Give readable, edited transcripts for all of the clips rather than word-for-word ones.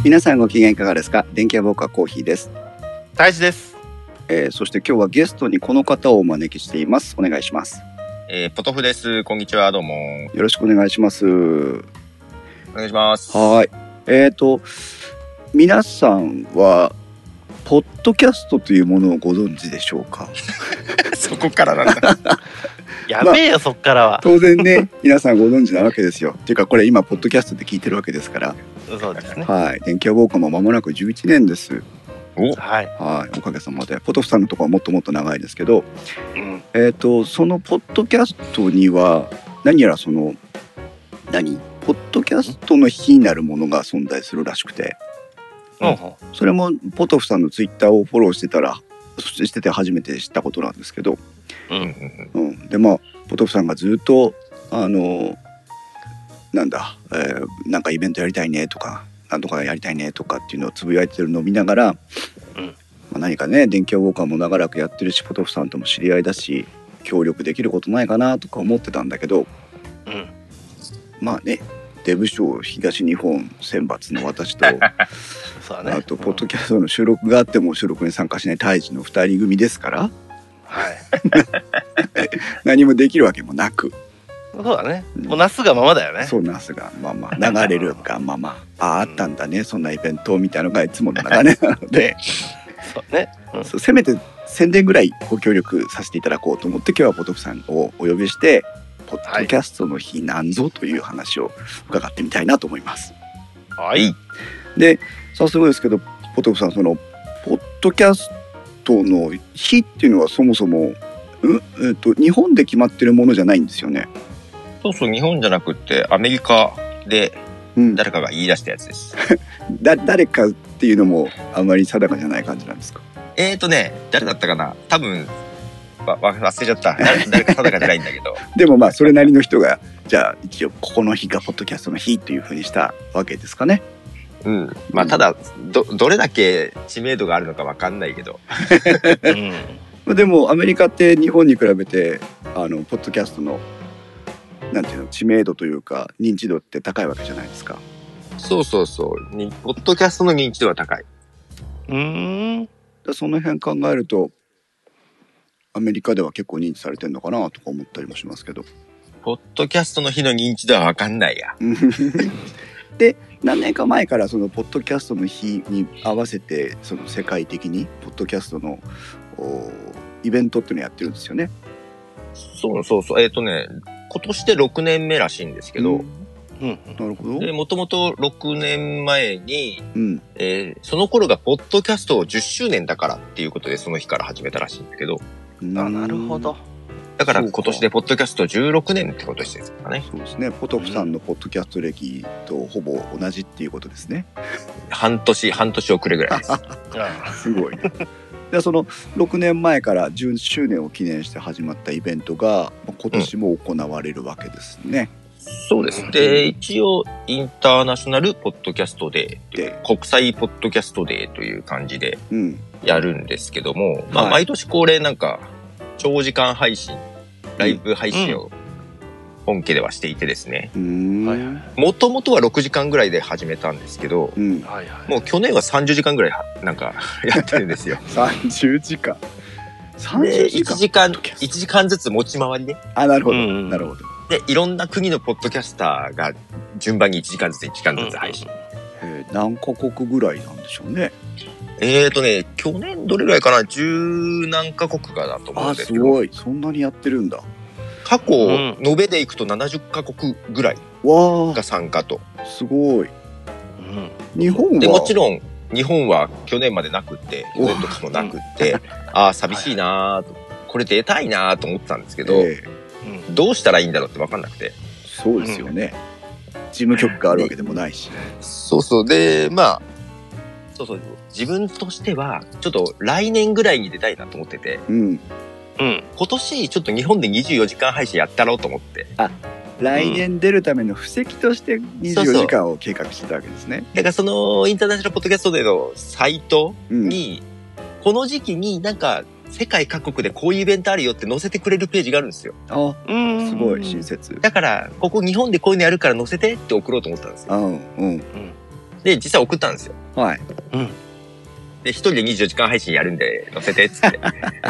皆さんご機嫌いかがですか？電気屋ウォーカーコーヒーです。 大志です。 そして今日はゲストにこの方をお招きしています。お願いします。 ポトフです。こんにちは。どうも。 よろしくお願いします。 お願いします。 はい。皆さんはポッドキャストというものをご存知でしょうか？ そこからなんだ。 やべえよ、そっからは。 当然ね、皆さんご存知なわけですよ。っていうかこれ今ポッドキャストで聞いてるわけですから。 そうですね。 はい。電気屋ウォーカーも間もなく11年です。 はい。 はい。おかげさまで。ポトフさんのところはもっともっと長いですけど、そのポッドキャストには何やらポッドキャストの日になるものが存在するらしくて、それもポトフさんのツイッターをフォローしてて初めて知ったことなんですけど、でポトフさんがずっとなんかイベントやりたいねとかなんとかやりたいねとかっていうのをつぶやいてるのを見ながら、何かね、電気屋ウォーカーも長らくやってるしポトフさんとも知り合いだし協力できることないかなとか思ってたんだけど、まあね、デブ賞東日本選抜の私とそうね、 あとポッドキャストの収録があっても収録に参加しない大志の2人組ですから、 はい、 何もできるわけもなく、 そうだね、もうなすがままだよね。 そう、なすがまま流れるがままあったんだね、そんなイベントみたいなのがいつもの流れなのでそうね、 そうせめて宣伝ぐらいご協力させていただこうと思って今日はポトフさんをお呼びしてポッドキャストの日なんぞという話を伺ってみたいなと思います。 はい。 で早速ですけどポトフさん、そのポッドキャストの日っていうのはそもそも日本で決まってるものじゃないんですよね。 そうそう、日本じゃなくてアメリカで誰かが言い出したやつです、 誰かっていうのもあまり定かじゃない感じなんですか？ 誰だったかな、多分忘れちゃった。誰か定かじゃないんだけどでもまあそれなりの人がじゃあ一応ここの日がポッドキャストの日というふうにしたわけですかね。 まあただどれだけ知名度があるのか分かんないけどでもアメリカって日本に比べてポッドキャストのなんていうの、知名度というか認知度って高いわけじゃないですか。 そうポッドキャストの認知度は高い。 その辺考えるとアメリカでは結構認知されてるのかなとか思ったりもしますけど、 ポッドキャストの日の認知度は分かんないやで何年か前からそのポッドキャストの日に合わせてその世界的にポッドキャストのイベントっていうのをやってるんですよね。 そう今年で6年目らしいんですけど、 なるほど。 でもともと6年前に、その頃がポッドキャスト10周年だからっていうことでその日から始めたらしいんだけど、 なるほど。 だから今年でポッドキャスト16年ってことですかね。 そうですね。ポトフさんのポッドキャスト歴とほぼ同じっていうことですね。 半年遅れぐらいですすごいね。でその6年前から10周年を記念して始まったイベントが今年も行われるわけですね。 そうです。で、一応インターナショナルポッドキャストデーで国際ポッドキャストデーという感じでやるんですけども、毎年恒例なんか長時間配信、ライブ配信を本家ではしていてですね、もともとは6時間ぐらいで始めたんですけど、もう去年は30時間ぐらいなんかやってるんですよ 30時間 1時間ずつ持ち回りで、 なるほど、なるほど。 でいろんな国のポッドキャスターが順番に1時間ずつ配信、 何カ国ぐらいなんでしょうね。 去年どれぐらいかな、10何カ国かだと思うんですけど、 すごい、そんなにやってるんだ。 過去延べでいくと70カ国ぐらいが参加と。 すごい。日本はでもちろん日本は去年までなくってイベントとかもなくって寂しいなと、これ出たいなと思ってたんですけど、どうしたらいいんだろうって分かんなくて。 そうですよね、事務局があるわけでもないし。 で自分としてはちょっと来年ぐらいに出たいなと思ってて、今年ちょっと日本で24時間配信やったろうと思って。 来年出るための布石として24時間を計画してたわけですね。 だからそのインターナショナルポッドキャストデーのサイトに、この時期になんか世界各国でこういうイベントあるよって載せてくれるページがあるんですよ。 すごい親切。 だからここ日本でこういうのやるから載せてって送ろうと思ったんですよ。 で、実際送ったんですよ。 はい。 うん。 で、一人で24時間配信やるんで、載せて、つって。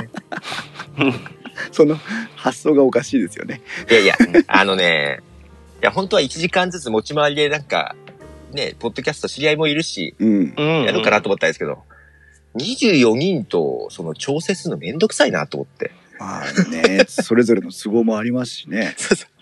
その発想がおかしいですよね。 いやいや、本当は1時間ずつ持ち回りでなんか、ね、ポッドキャスト知り合いもいるし、やるかなと思ったんですけど、24人とその調整するのめんどくさいなと思って。 まあね、それぞれの都合もありますしね。 そうそう。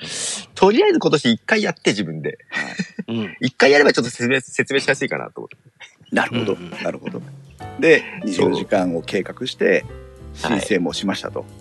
とりあえず今年1回やって自分で。1回やればちょっと説明しやすいかなと思って。 なるほど、なるほど。で、24時間を計画して申請もしましたと。はい、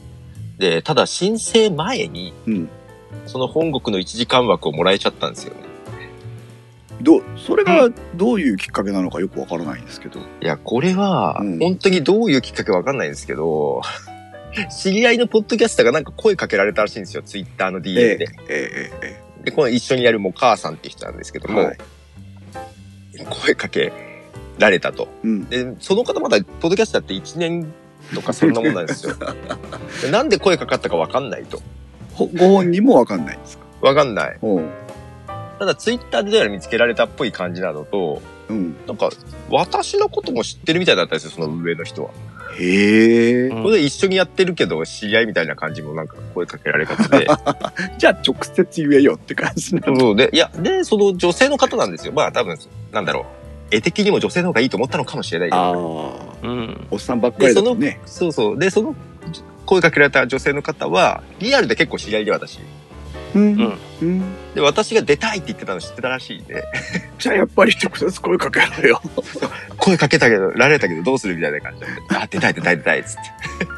で、ただ申請前に、その本国の1時間枠をもらえちゃったんですよね。 それがどういうきっかけなのかよくわからないんですけど。 いや、これは、本当にどういうきっかけわかんないんですけど、知り合いのポッドキャスターがなんか声かけられたらしいんですよ、ツイッターの DM で。で、この一緒にやるもう母さんって人なんですけども、はい、声かけられたと。で、その方まだポッドキャスターって1年とかそんなもんなんですよ。なんで声かかったかわかんないと。 ご本人もわかんないんですか？ わかんない。ただツイッターでどうやら見つけられたっぽい感じなのと、なんか私のことも知ってるみたいだったんですよ、その上の人は。 へえ。 それで一緒にやってるけど知り合いみたいな感じもなんか声かけられ方で。 じゃあ直接言えよって感じなんそうで、いや、で、その女性の方なんですよ。まあ多分、なんだろう。絵的にも女性の方がいいと思ったのかもしれないけど。 おっさんばっかりだとね。 そうそう。で、その声かけられた女性の方は、リアルで結構知り合いで私。で、私が出たいって言ってたの知ってたらしいんで。 じゃあやっぱり直接声かけられよ。 声かけたけど、られたけどどうするみたいな感じで。あ、出たいっつって。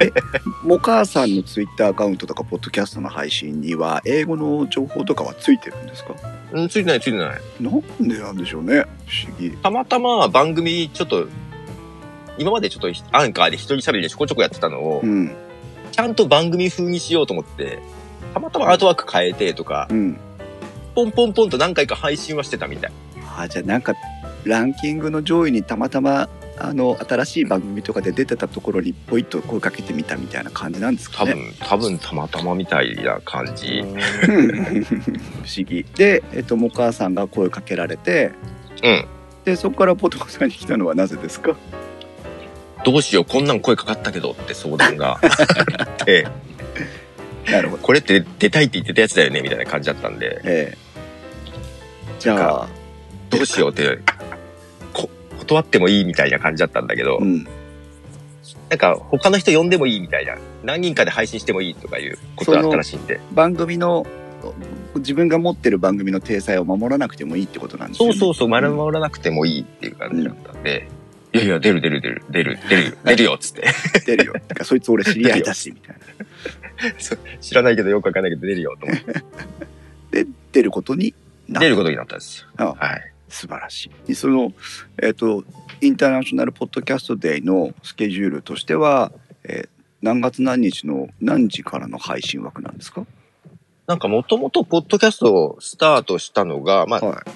お母さんのツイッターアカウントとか、ポッドキャストの配信には、英語の情報とかはついてるんですか？ ついてない。 なんでなんでしょうね。不思議。 たまたま番組、ちょっと、今までちょっとアンカーで一人喋りでちょこちょこやってたのを、ちゃんと番組風にしようと思って、たまたまアートワーク変えてとか、ポンポンポンと何回か配信はしてたみたい。 じゃあなんかランキングの上位にたまたま新しい番組とかで出てたところにポイッと声かけてみたみたいな感じなんですかね。 多分たまたまみたいな感じ。 不思議で、お母さんが声かけられて、でそこからポトコさんに来たのはなぜですか？ どうしよう、こんなん声かかったけどって相談があってなるほど。 これって出たいって言ってたやつだよねみたいな感じだったんで、 じゃあどうしようって断ってもいいみたいな感じだったんだけど、なんか他の人呼んでもいいみたいな、何人かで配信してもいいとかいうことだったらしいんで、 番組の自分が持ってる番組の体裁を守らなくてもいいってことなんですよね。 そう守らなくてもいいっていう感じだったんで、いや出るよっつって出るよ。そいつ俺知り合いだしみたいな。 知らないけどよくわかんないけど出るよと思ってで出ることになったんですよ。はい。 素晴らしい。そのインターナショナルポッドキャストデーのスケジュールとしては、何月何日の何時からの配信枠なんですか？ なんかもともとポッドキャストをスタートしたのがじゃあ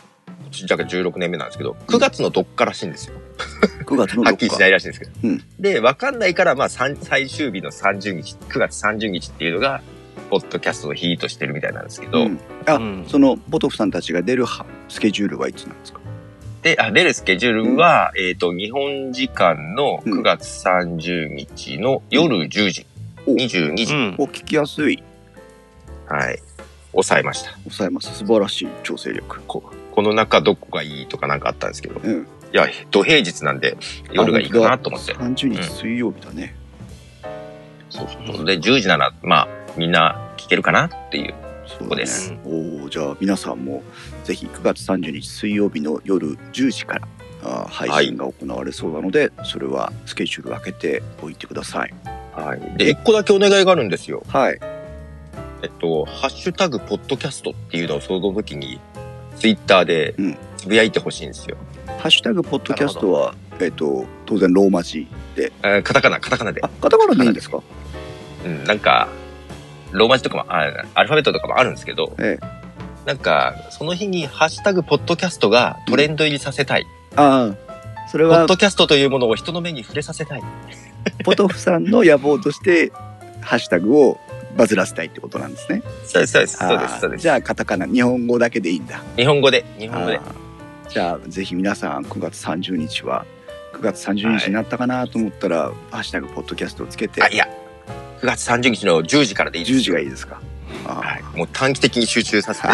16年目なんですけど、9月のどっからしいんですよ。 9月のどっかはっきりしないらしいんですけど。で、わかんないから、最終日の30日、9月30日っていうのが、ポッドキャストの日としてるみたいなんですけど。 そのポトフさんたちが出るスケジュールはいつなんですか？ で、出るスケジュールは、日本時間の9月30日の夜10時、22時。 聞きやすい。 はい。抑えました。 抑えます。素晴らしい調整力。 この中どこがいいとかなんかあったんですけど、いや、土平日なんで夜がいいかなと思って。 30日水曜日だね。 そう。で、10時なら、みんな聞けるかなっていうとこです。 じゃあ皆さんもぜひ9月30日水曜日の夜10時から配信が行われそうなので、それはスケジュール開けておいてください。 はい。で、1個だけお願いがあるんですよ。 はい。 ハッシュタグポッドキャストっていうのをその時にツイッターでつぶやいてほしいんですよ。 ハッシュタグポッドキャストは当然ローマ字で、 カタカナで。 カタカナでいいんですか？ なんかローマ字とかもアルファベットとかもあるんですけど、なんかその日にハッシュタグポッドキャストがトレンド入りさせたい。 それはポッドキャストというものを人の目に触れさせたい。 ポトフさんの野望としてハッシュタグをバズらせたいってことなんですね。 そうです。 じゃあカタカナ、日本語だけでいいんだ。 日本語で。 じゃあぜひ皆さん9月30日は9月30日になったかなと思ったら、ハッシュタグポッドキャストをつけて。 いや9月30日の10時からでいいです。 10時がいいですか。 はい、もう短期的に集中させて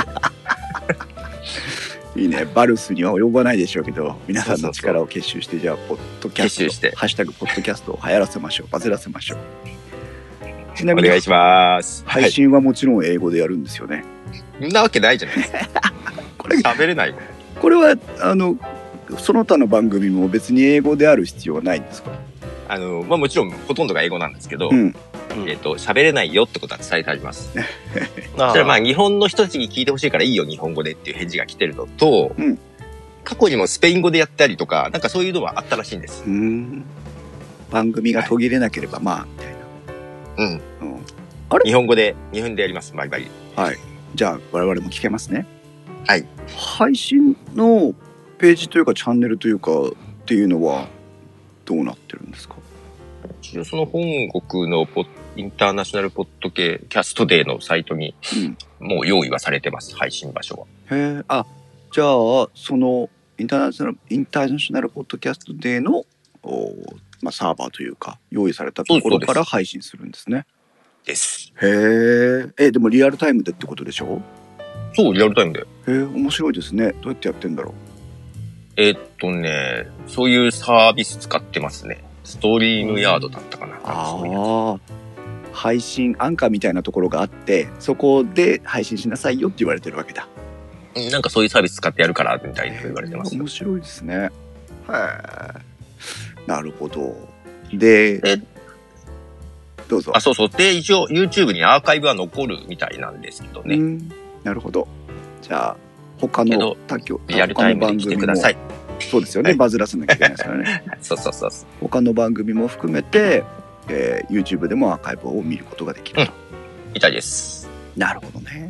いいね。バルスには及ばないでしょうけど、皆さんの力を結集して、じゃあポッドキャスト、ハッシュタグポッドキャストを流行らせましょう。バズらせましょう。ちなみにお願いします。 配信はもちろん英語でやるんですよね。 そんなわけないじゃないですか。これ喋れないもん。 これはその他の番組も別に英語である必要はないんですか？ もちろんほとんどが英語なんですけど、喋れないよってことは伝えてあります。そしたら日本の人たちに聞いてほしいからいいよ日本語でっていう返事が来てるのと、過去にもスペイン語でやったりとか、なんかそういうのはあったらしいんです。 番組が途切れなければみたいな。 あれ？日本でやります。バリバリ。 はい。じゃあ我々も聞けますね。 はい。 配信のページというかチャンネルというかっていうのはどうなってるんですか？ 一応その本国のインターナショナルポッドキャストデーのサイトにもう用意はされてます、配信場所は。 へえ。じゃあそのインターナショナルポッドキャストデーのサーバーというか用意されたところから配信するんですね。 です。 へえ。でもリアルタイムでってことでしょ？ そう、リアルタイムで。 へえ、面白いですね。どうやってやってんだろう。 そういうサービス使ってますね。ストリームヤードだったかな。 配信アンカーみたいなところがあって、そこで配信しなさいよって言われてるわけだ。 なんかそういうサービス使ってやるからみたいに言われてます。 面白いですね。はい。なるほど。で、どうぞ。 そうそう。で、一応 YouTube にアーカイブは残るみたいなんですけどね。 なるほど。じゃあ他のリアルタイムで来てください。 そうですよね。バズらせなきゃいけないですからね。 そう。 他の番組も含めて、YouTube でもアーカイブを見ることができると。 みたいです。なるほどね。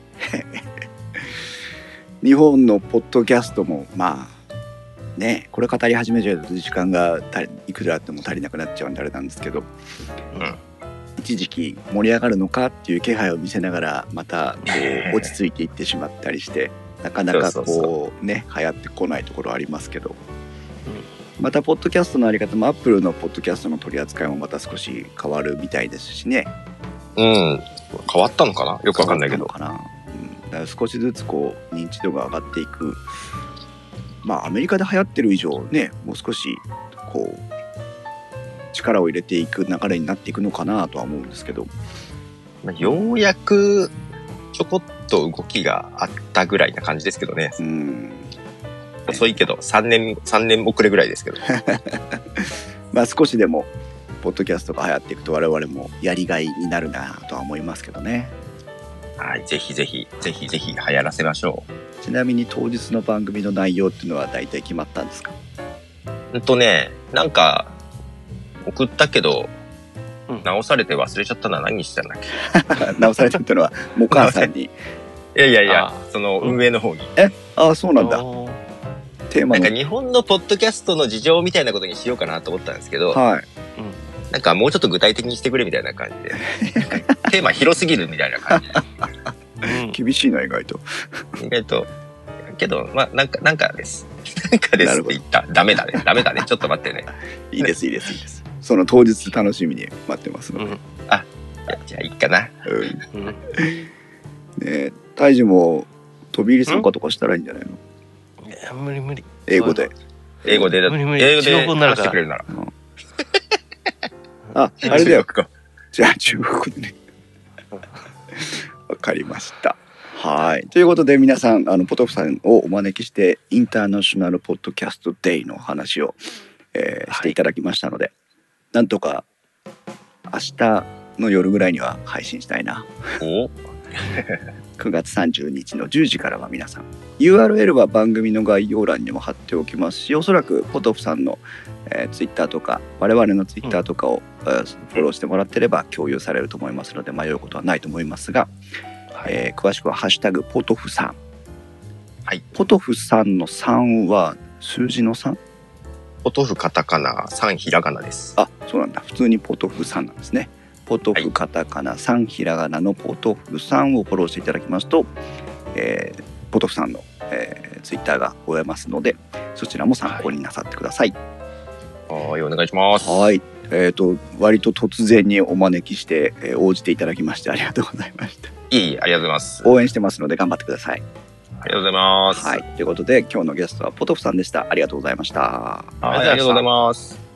日本のポッドキャストもこれ語り始めちゃうと時間がいくらあっても足りなくなっちゃうんであれなんですけど、一時期盛り上がるのかっていう気配を見せながらまた落ち着いていってしまったりしてなかなか流行ってこないところありますけど、またポッドキャストのあり方も Apple のポッドキャストの取り扱いもまた少し変わるみたいですしね。変わったのかな、よくわかんないけど。 だから少しずつ認知度が上がっていく。アメリカで流行ってる以上ね、もう少し力を入れていく流れになっていくのかなとは思うんですけど、 ようやくちょこっと動きがあったぐらいな感じですけどね。遅いけど3年遅れぐらいですけど少しでもポッドキャストが流行っていくと我々もやりがいになるなとは思いますけどね。 はい、ぜひぜひ流行らせましょう。 ちなみに当日の番組の内容っていうのは大体決まったんですか？ なんか送ったけど、直されて忘れちゃったな。何したんだっけ直されたってのはもかんさんにいやその運営の方に。 そうなんだ。テーマなんか日本のポッドキャストの事情みたいなことにしようかなと思ったんですけど、なんかもうちょっと具体的にしてくれみたいな感じでテーマ広すぎるみたいな感じ厳しいな意外とけどなんかですって言った。ダメだねちょっと待ってね。 いいですその当日楽しみに待ってますので、 じゃあいいかな。 ね、タイジも飛び入り参加とかしたらいいんじゃないの？ いや無理。 英語で無理中国語になるから。 してくれるなら。 あれだよ。じゃあ中国でね。わかりました。はい。ということで皆さんポトフさんをお招きしてインターナショナルポッドキャストデイの話を、していただきましたので、なんとか明日の夜ぐらいには配信したいな。9月30日の10時からは皆さん URL は番組の概要欄にも貼っておきますし、おそらくポトフさんの、ツイッターとか我々のツイッターとかを、フォローしてもらってれば共有されると思いますので迷うことはないと思いますが、詳しくはハッシュタグポトフさん、ポトフさんの3は数字の 3？ ポトフカタカナ、3ひらがなです。 そうなんだ。普通にポトフさんなんですね。ポトフカタカナ3ひらがなのポトフさんをフォローしていただきますと、ポトフさんの、 ツイッターがございますので、そちらも参考になさってください。 はい、お願いします。 はい。割と突然にお招きして、応じていただきましてありがとうございました。 いい、ありがとうございます。 応援してますので頑張ってください。 ありがとうございます。 はい。ということで、今日のゲストはポトフさんでした。ありがとうございました。 はい、ありがとうございます。